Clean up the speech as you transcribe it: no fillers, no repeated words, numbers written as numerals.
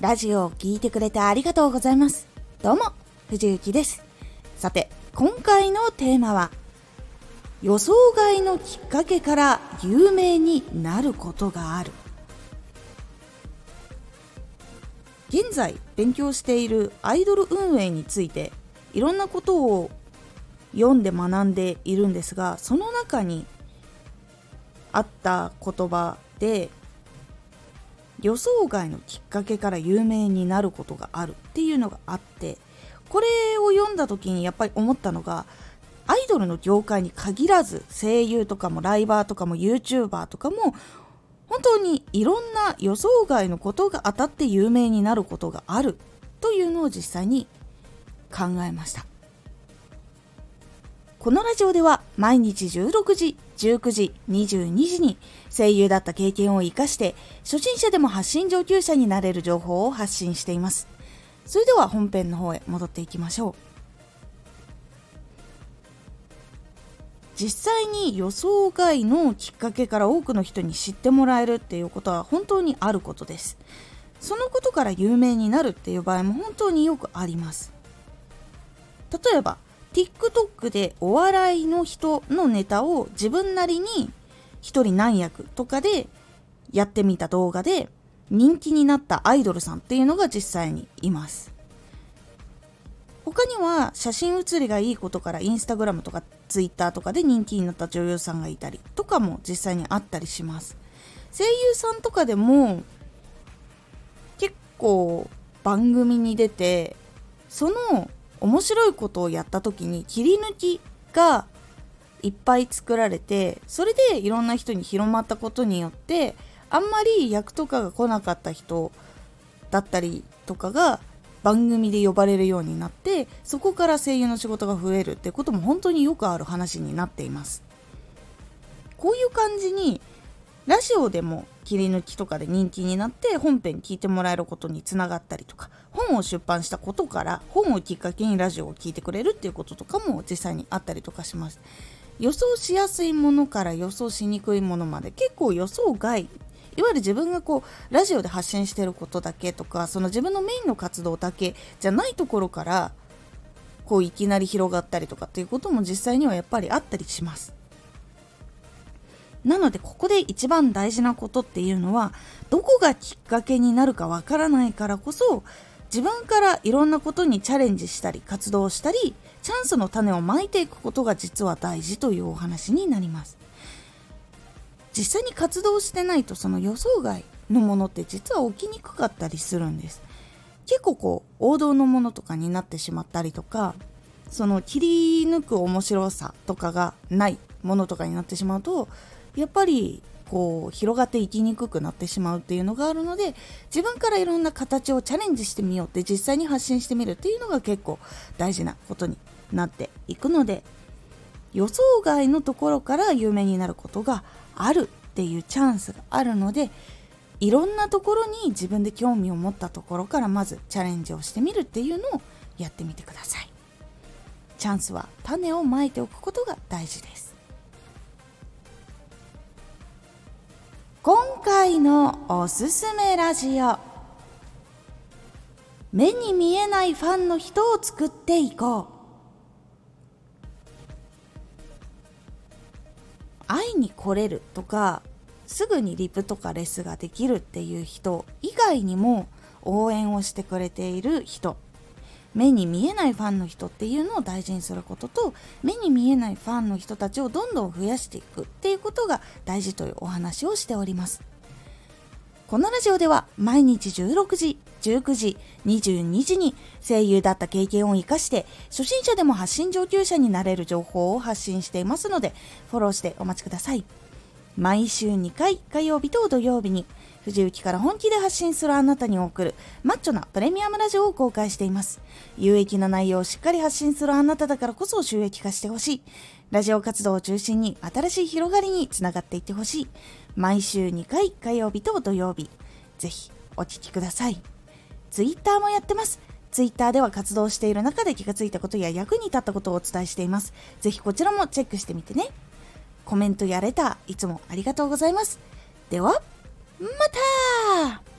ラジオを聞いてくれてありがとうございます。どうも、藤幸です。さて、今回のテーマは、予想外のきっかけから有名になることがある。現在勉強しているアイドル運営についていろんなことを読んで学んでいるんですが、その中にあった言葉で、予想外のきっかけから有名になることがあるっていうのがあって、これを読んだ時にやっぱり思ったのが、アイドルの業界に限らず声優とかもライバーとかも YouTuber とかも本当にいろんな予想外のことが当たって有名になることがあるというのを実際に考えました。このラジオでは毎日16時、19時、22時に声優だった経験を生かして初心者でも発信上級者になれる情報を発信しています。それでは本編の方へ戻っていきましょう。実際に予想外のきっかけから多くの人に知ってもらえるっていうことは本当にあることです。そのことから有名になるっていう場合も本当によくあります。例えばTikTok でお笑いの人のネタを自分なりに一人何役とかでやってみた動画で人気になったアイドルさんっていうのが実際にいます。他には写真写りがいいことからインスタグラムとかツイッターとかで人気になった女優さんがいたりとかも実際にあったりします。声優さんとかでも結構番組に出て、その面白いことをやった時に切り抜きがいっぱい作られて、それでいろんな人に広まったことによって、あんまり役とかが来なかった人だったりとかが番組で呼ばれるようになって、そこから声優の仕事が増えるってことも本当によくある話になっています。こういう感じにラジオでも切り抜きとかで人気になって本編聞いてもらえることにつながったりとか、本を出版したことから本をきっかけにラジオを聞いてくれるっていうこととかも実際にあったりとかします。予想しやすいものから予想しにくいものまで結構予想外、いわゆる自分がラジオで発信してることだけとか、その自分のメインの活動だけじゃないところからいきなり広がったりとかっていうことも実際にはやっぱりあったりします。なのでここで一番大事なことっていうのは、どこがきっかけになるかわからないからこそ、自分からいろんなことにチャレンジしたり活動したり、チャンスの種をまいていくことが実は大事というお話になります。実際に活動してないと、その予想外のものって実は起きにくかったりするんです。結構王道のものとかになってしまったりとか、その切り抜く面白さとかがないものとかになってしまうと、やっぱり広がっていきにくくなってしまうっていうのがあるので、自分からいろんな形をチャレンジしてみようって実際に発信してみるっていうのが結構大事なことになっていくので、予想外のところから有名になることがあるっていうチャンスがあるので、いろんなところに自分で興味を持ったところからまずチャレンジをしてみるっていうのをやってみてください。チャンスは種をまいておくことが大事です。今回のおすすめラジオ、目に見えないファンの人を作っていこう。会いに来れるとか、すぐにリプとかレスができるっていう人以外にも応援をしてくれている人、目に見えないファンの人っていうのを大事にすることと、目に見えないファンの人たちをどんどん増やしていくっていうことが大事というお話をしております。このラジオでは毎日16時、19時、22時に声優だった経験を生かして初心者でも発信上級者になれる情報を発信していますので、フォローしてお待ちください。毎週2回、火曜日と土曜日に藤雪から本気で発信するあなたに送るマッチョなプレミアムラジオを公開しています。有益な内容をしっかり発信するあなただからこそ収益化してほしい。ラジオ活動を中心に新しい広がりにつながっていってほしい。毎週2回、火曜日と土曜日、ぜひお聞きください。ツイッターもやってます。ツイッターでは活動している中で気がついたことや役に立ったことをお伝えしています。ぜひこちらもチェックしてみてね。コメントやレターいつもありがとうございます。ではまた。